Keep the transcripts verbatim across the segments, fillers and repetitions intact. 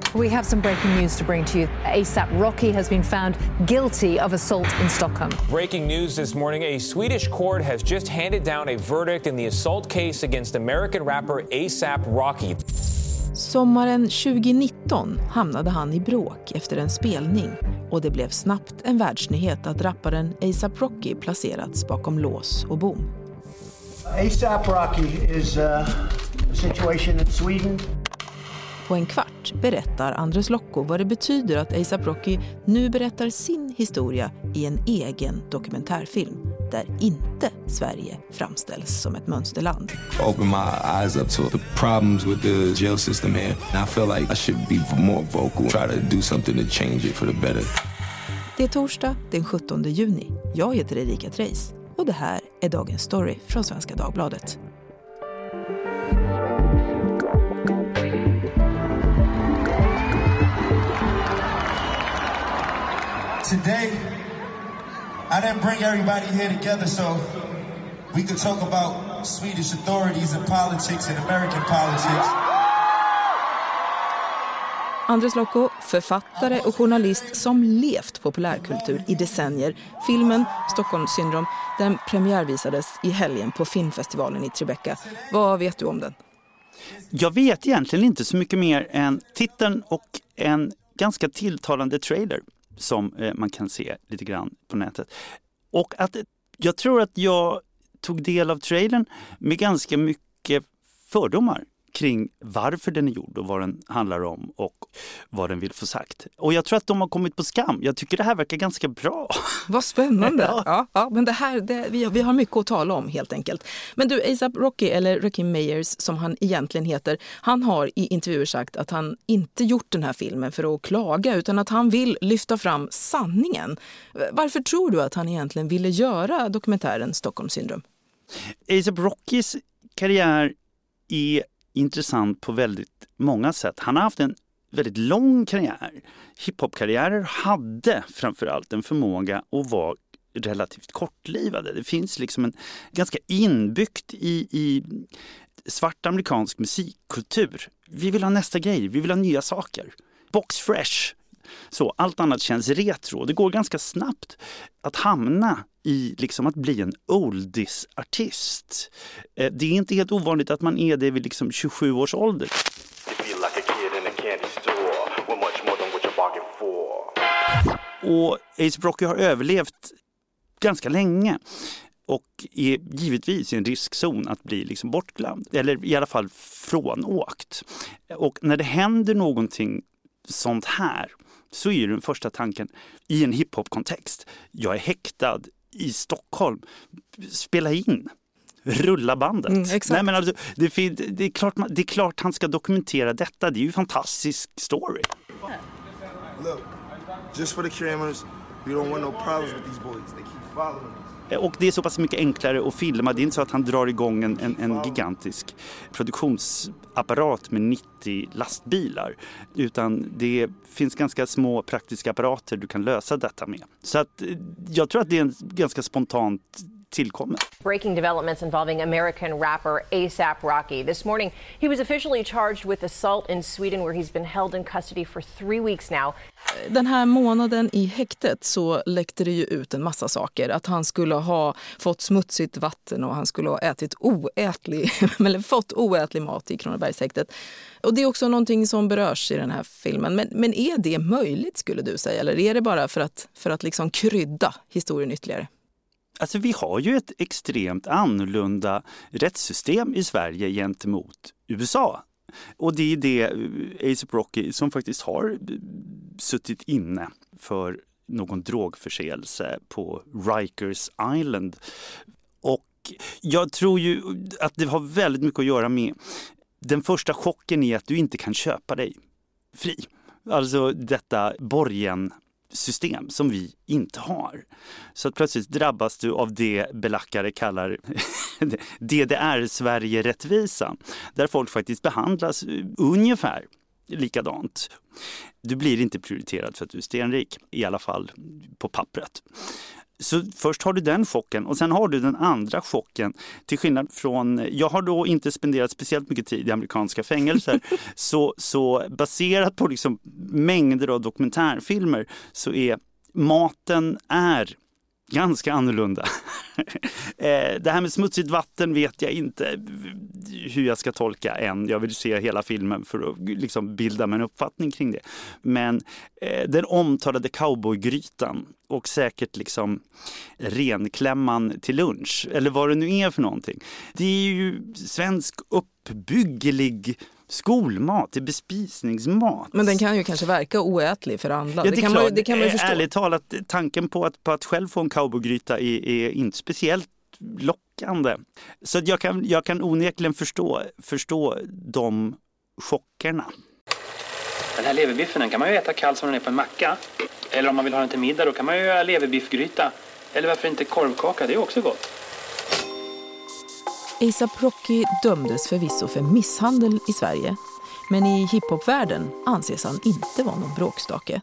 We have some breaking news to bring to you. ASAP Rocky has been found guilty of assault in Stockholm. Breaking news this morning. A Swedish court has just handed down a verdict in the assault case against American rapper ASAP Rocky. Sommaren tjugonitton hamnade han i bråk efter en spelning och det blev snabbt en världsnyhet att rapparen ASAP Rocky placerats bakom lås och bom. ASAP Rocky is a situation in Sweden. På en kvart berättar Andres Lokko vad det betyder att ASAP Rocky nu berättar sin historia i en egen dokumentärfilm där inte Sverige framställs som ett mönsterland. Open my eyes up to the problems with the jail system here. I feel like I should be more vocal, try to do something to change it for the better. Det är torsdag den sjuttonde juni. Jag heter Erika Treis och det här är dagens story från Svenska Dagbladet. Today, I didn't bring everybody here together so we could talk about Swedish authorities and politics and American politics. Andres Lokko, författare och journalist som levt populärkultur i decennier. Filmen Stockholmssyndrom, den premiärvisades i helgen på filmfestivalen i Tribeca. Vad vet du om den? Jag vet egentligen inte så mycket mer än titeln och en ganska tilltalande trailer som eh, man kan se lite grann på nätet. Och att jag tror att jag tog del av trailern med ganska mycket fördomar kring varför den är gjord och vad den handlar om och vad den vill få sagt. Och jag tror att de har kommit på skam. Jag tycker det här verkar ganska bra. Vad spännande. Ja. Ja, ja, men det här, det, vi, vi har mycket att tala om helt enkelt. Men du, ASAP Rocky, eller Rakim Mayers som han egentligen heter, han har i intervjuer sagt att han inte gjort den här filmen för att klaga utan att han vill lyfta fram sanningen. Varför tror du att han egentligen ville göra dokumentären Stockholmssyndrom? ASAP Rockys karriär är intressant på väldigt många sätt. Han har haft en väldigt lång karriär. Hiphop-karriärer hade framförallt en förmåga att vara relativt kortlivade. Det finns liksom en ganska inbyggt i, i svart amerikansk musikkultur. Vi vill ha nästa grej, vi vill ha nya saker. Box fresh. Så allt annat känns retro. Det går ganska snabbt att hamna i liksom att bli en oldies-artist. Det är inte helt ovanligt att man är det vid liksom tjugosju års ålder. Och ASAP Rocky har överlevt ganska länge och är givetvis i en riskzon att bli liksom bortglömd eller i alla fall frånåkt. Och när det händer någonting sånt här så är den första tanken i en hiphop-kontext. Jag är häktad i Stockholm. Spela in. Rulla bandet. Mm, exakt. Nej, men alltså, det, det, är klart, det är klart han ska dokumentera detta. Det är ju en fantastisk story. Look, just for the cameras, we don't want no problems with these boys. They keep following us. Och det är så pass mycket enklare att filma. Det är inte så att han drar igång en, en, en gigantisk produktionsapparat med nittio lastbilar. Utan det finns ganska små praktiska apparater du kan lösa detta med. Så att jag tror att det är en ganska spontant tillkommer. Breaking developments involving American rapper ASAP Rocky. This morning, he was officially charged with assault in Sweden where he's been held in custody for three weeks now. Den här månaden i häktet så läckte det ju ut en massa saker. Att han skulle ha fått smutsigt vatten och han skulle ha ätit oätlig, eller fått oätlig mat i Kronobergshäktet. Och det är också någonting som berörs i den här filmen. Men, men är det möjligt skulle du säga? Eller är det bara för att, för att liksom krydda historien ytterligare? Alltså vi har ju ett extremt annorlunda rättssystem i Sverige gentemot U S A. Och det är det ASAP Rocky som faktiskt har suttit inne för någon drogförseelse på Rikers Island. Och jag tror ju att det har väldigt mycket att göra med den första chocken är att du inte kan köpa dig fri. Alltså detta borgen system som vi inte har. Så att plötsligt drabbas du av det belackare kallar D D R-Sverige-rättvisa. Där folk faktiskt behandlas ungefär likadant. Du blir inte prioriterad för att du är stenrik, i alla fall på pappret. Så först har du den chocken och sen har du den andra chocken. Till skillnad från, jag har då inte spenderat speciellt mycket tid i amerikanska fängelser. så, så baserat på liksom mängder av dokumentärfilmer så är maten är ganska annorlunda. Det här med smutsigt vatten vet jag inte hur jag ska tolka än. Jag vill se hela filmen för att liksom bilda mig en uppfattning kring det. Men eh, den omtalade cowboygrytan och säkert liksom renklämman till lunch, eller vad det nu är för någonting. Det är ju svensk uppbygglig skolmat, det är bespisningsmat. Men den kan ju kanske verka oätlig för andra. Ja, det, det, är kan klart, man, det kan man ju förstå. Ärligt talat, tanken på att, på att själv få en cowboygryta är, är inte speciellt lockande. Så att jag, kan, jag kan onekligen förstå, förstå de chockerna. Den här leverbiffen den kan man ju äta kall som den är på en macka. Eller om man vill ha den till middag då kan man ju göra leverbiffgryta. Eller varför inte korvkaka, det är också gott. A$AP Rocky dömdes förvisso för misshandel i Sverige, men i hiphopvärlden anses han inte vara någon bråkstake.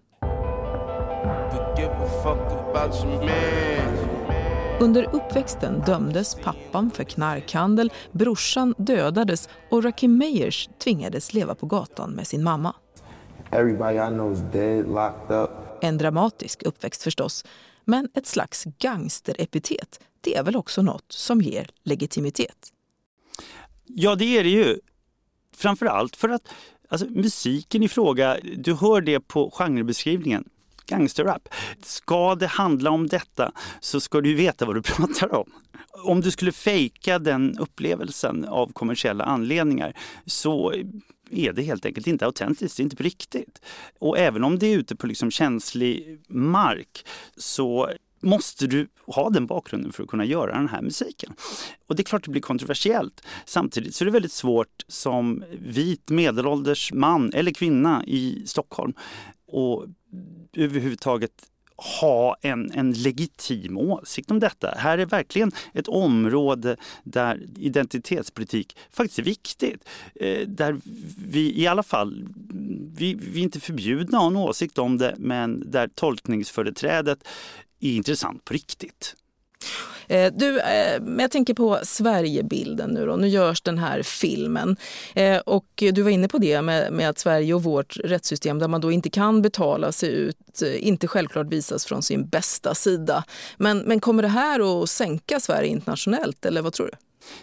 Under uppväxten dömdes pappan för knarkhandel, brorsan dödades och Rakim Mayers tvingades leva på gatan med sin mamma. Everybody I know is dead, locked up. En dramatisk uppväxt förstås, men ett slags gangsterepitet, det är väl också något som ger legitimitet. Ja, det är det ju. Framförallt för att alltså, musiken i fråga, du hör det på genrebeskrivningen. Gangsterrap. Ska det handla om detta så ska du veta vad du pratar om. Om du skulle fejka den upplevelsen av kommersiella anledningar så är det helt enkelt inte autentiskt, det är inte på riktigt. Och även om det är ute på liksom känslig mark så måste du ha den bakgrunden för att kunna göra den här musiken. Och det är klart det blir kontroversiellt. Samtidigt så är det väldigt svårt som vit medelålders man eller kvinna i Stockholm och överhuvudtaget ha en, en legitim åsikt om detta. Här är verkligen ett område där identitetspolitik faktiskt är viktigt. Eh, där vi i alla fall, vi, vi är inte förbjudna att ha en åsikt om det, men där tolkningsföreträdet är intressant på riktigt. Eh, du, eh, jag tänker på Sverigebilden nu då. Nu görs den här filmen. Eh, och du var inne på det med, med att Sverige och vårt rättssystem där man då inte kan betala sig ut, eh, inte självklart visas från sin bästa sida. Men, men kommer det här att sänka Sverige internationellt eller vad tror du?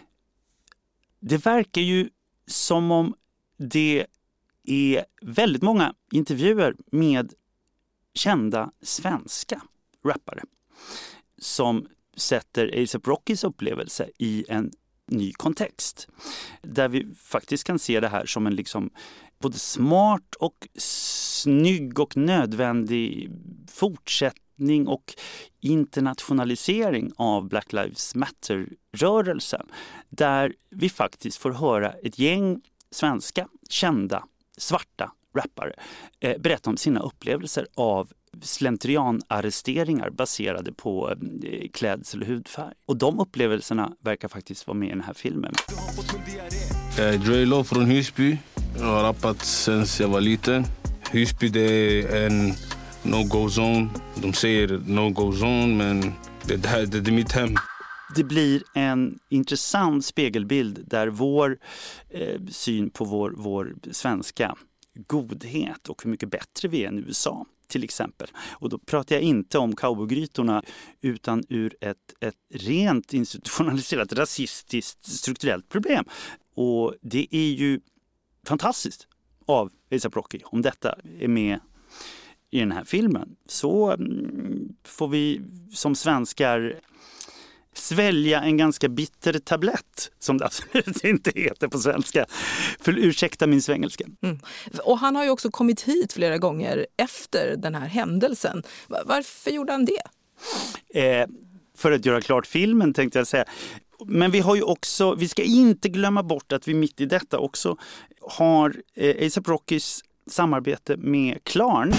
Det verkar ju som om det är väldigt många intervjuer med kända svenska rappare som sätter A$AP Rockys upplevelse i en ny kontext. Där vi faktiskt kan se det här som en liksom både smart och snygg och nödvändig fortsättning och internationalisering av Black Lives Matter-rörelsen. Där vi faktiskt får höra ett gäng svenska, kända, svarta rappare eh, berätta om sina upplevelser av slentrianarresteringar baserade på eh, klädsel och hudfärg. Och de upplevelserna verkar faktiskt vara med i den här filmen. Jag är Dre Low från Husby. Jag har rappat sen jag var liten. Husby det är en no-go-zone. De säger no-go-zone, men det, det, det, det är mitt hem. Det blir en intressant spegelbild där vår eh, syn på vår, vår svenska godhet och hur mycket bättre vi är än U S A till exempel. Och då pratar jag inte om cowboygrytorna utan ur ett, ett rent institutionaliserat rasistiskt strukturellt problem. Och det är ju fantastiskt av A$AP Rocky om detta är med i den här filmen. Så mm, får vi som svenskar svälja en ganska bitter tablett som det absolut inte heter på svenska. För ursäkta min svengelska. Mm. Och han har ju också kommit hit flera gånger efter den här händelsen. Varför gjorde han det? Eh, för att göra klart filmen tänkte jag säga. Men vi har ju också, vi ska inte glömma bort att vi mitt i detta också har eh, A$AP Rockys samarbete med Klarna.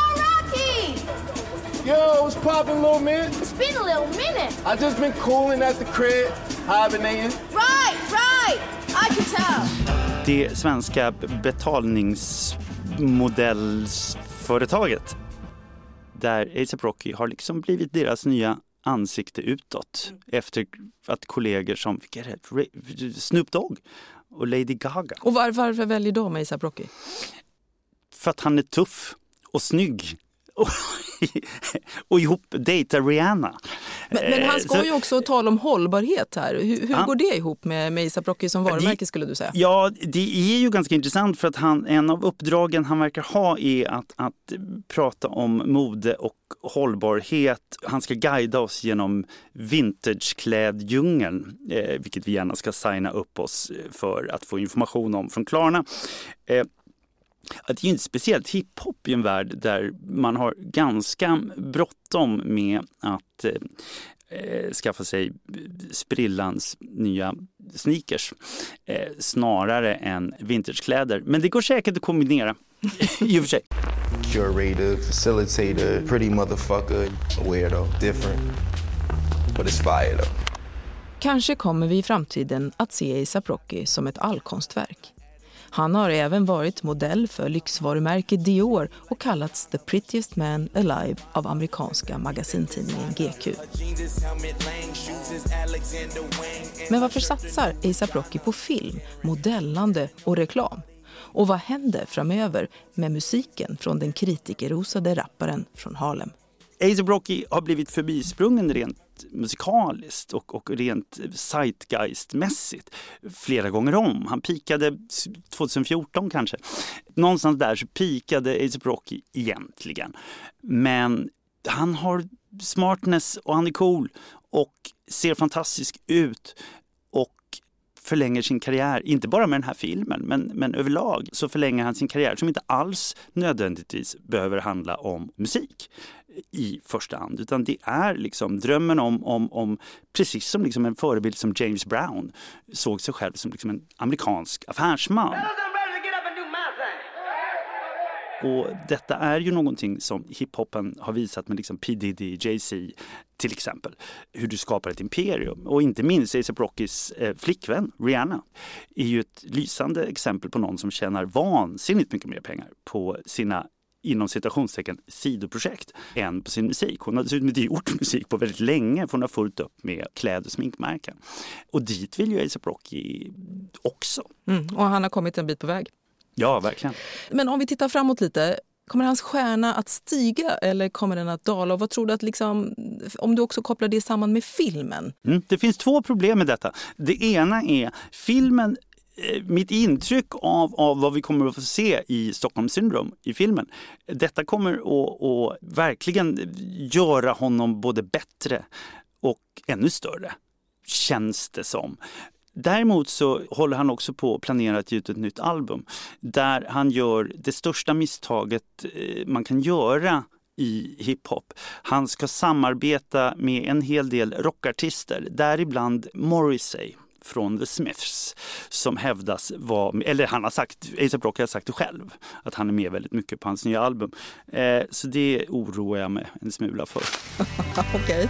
Yo, what's poppin', little man? It's been a little minute. I just been cooling at the crib, hibernating. Right, right. I can tell. Det svenska betalningsmodellsföretaget där A$AP Rocky har liksom blivit deras nya ansikte utåt efter att kollegor som vilka är det? Snoop Dogg och Lady Gaga. Och var, varför väljer de A$AP Rocky? För att han är tuff och snygg. Och, och ihop dejta Rihanna. Men, men han ska Så, ju också tala om hållbarhet här. Hur, hur han, går det ihop med, med A$AP Rocky som varumärke det, skulle du säga? Ja, det är ju ganska intressant för att han, en av uppdragen han verkar ha är att, att prata om mode och hållbarhet. Han ska guida oss genom vintagekläddjungeln, eh, vilket vi gärna ska signa upp oss för att få information om från Klarna. Eh, Att det är inte speciellt hiphop i en värld där man har ganska bråttom med att eh, skaffa sig sprillans nya sneakers eh, snarare än vintagekläder. Men det går säkert att kombinera i och för sig. Curator, facilitator, pretty motherfucker, weirdo, different, but it's fire though. Kanske kommer vi i framtiden att se A$AP Rocky som ett allkonstverk. Han har även varit modell för lyxvarumärke Dior och kallats the prettiest man alive av amerikanska magasintidningen G Q. Men varför satsar A$AP Rocky på film, modellande och reklam? Och vad händer framöver med musiken från den kritikerrosade rapparen från Harlem? A$AP Rocky har blivit förbisprungen rent musikaliskt och, och rent zeitgeistmässigt flera gånger om. Han pikade tjugohundrafjorton kanske. Någonstans där så pikade A$AP Rocky egentligen. Men han har smartness och han är cool och ser fantastisk ut och förlänger sin karriär, inte bara med den här filmen men, men överlag så förlänger han sin karriär som inte alls nödvändigtvis behöver handla om musik i första hand, utan det är liksom drömmen om, om, om precis som liksom en förebild som James Brown såg sig själv som liksom en amerikansk affärsman. Och detta är ju någonting som hiphopen har visat med liksom P. Diddy, Jay-Z till exempel. Hur du skapar ett imperium. Och inte minst A$AP Rockys eh, flickvän Rihanna är ju ett lysande exempel på någon som tjänar vansinnigt mycket mer pengar på sina inom citationstecken sidoprojekt än på sin musik. Hon har dessutom inte gjort musik på väldigt länge för hon har fullt upp med kläd- och sminkmärken. Och dit vill ju A$AP Rocky också. Mm, och han har kommit en bit på väg. Ja, verkligen. Men om vi tittar framåt lite, kommer hans stjärna att stiga eller kommer den att dala? Och vad tror du att liksom, om du också kopplar det samman med filmen? Mm, det finns två problem med detta. Det ena är filmen, eh, mitt intryck av, av vad vi kommer att få se i Stockholm Syndrome i filmen. Detta kommer att, att verkligen göra honom både bättre och ännu större, känns det som. Däremot så håller han också på att planera att ge ut ett nytt album där han gör det största misstaget man kan göra i hiphop. Han ska samarbeta med en hel del rockartister, däribland Morrissey från The Smiths som hävdas vara, eller han har sagt, A$AP Rocky har sagt det själv, att han är med väldigt mycket på hans nya album. Eh, så det oroar jag mig en smula för. Okej. Okay.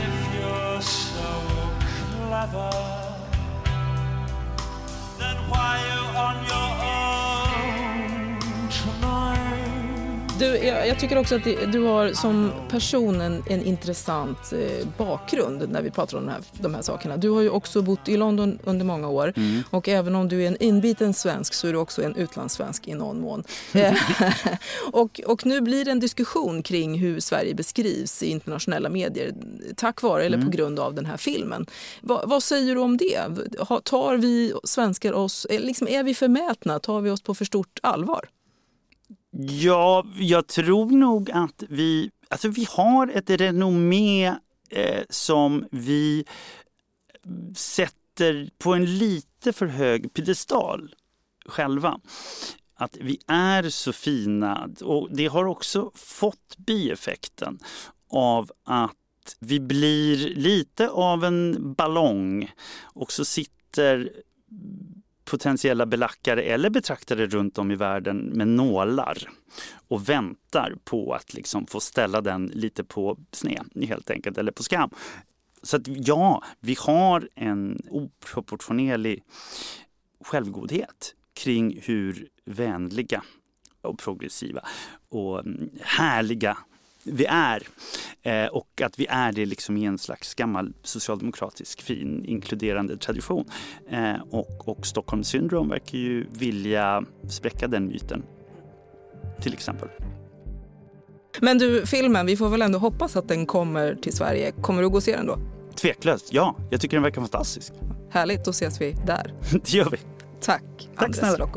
Du, jag, jag tycker också att det, du har som person en, en intressant eh, bakgrund när vi pratar om de här, de här sakerna. Du har ju också bott i London under många år mm. och även om du är en inbiten svensk så är du också en utlandssvensk i någon mån. och, och nu blir det en diskussion kring hur Sverige beskrivs i internationella medier tack vare eller mm. på grund av den här filmen. Va, vad säger du om det? Tar vi svenskar oss, liksom, är vi förmätna? Tar vi oss på för stort allvar? Ja, jag tror nog att vi, alltså vi har ett renommé eh, som vi sätter på en lite för hög piedestal själva. Att vi är så fina och det har också fått bieffekten av att vi blir lite av en ballong och så sitter potentiella belackare eller betraktare runt om i världen med nålar och väntar på att liksom få ställa den lite på sned helt enkelt eller på skam. Så att ja, vi har en oproportionerlig självgodhet kring hur vänliga och progressiva och härliga vi är. Eh, och att vi är det liksom i en slags gammal socialdemokratisk fin inkluderande tradition. Eh, och, och Stockholm Syndrome verkar ju vilja spräcka den myten. Till exempel. Men du, filmen, vi får väl ändå hoppas att den kommer till Sverige. Kommer du gå och se den då? Tveklöst, ja. Jag tycker den verkar fantastisk. Härligt, då ses vi där. Det gör vi. Tack, Tack Andres Locko.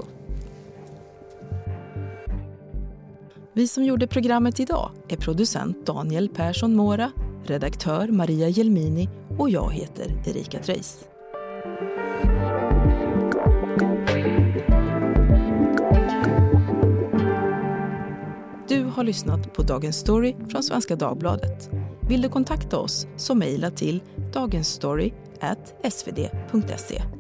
Vi som gjorde programmet idag är producent Daniel Persson Mora, redaktör Maria Gelmini och jag heter Erika Treis. Du har lyssnat på Dagens Story från Svenska Dagbladet. Vill du kontakta oss så mejla till dagensstory at svd punkt se.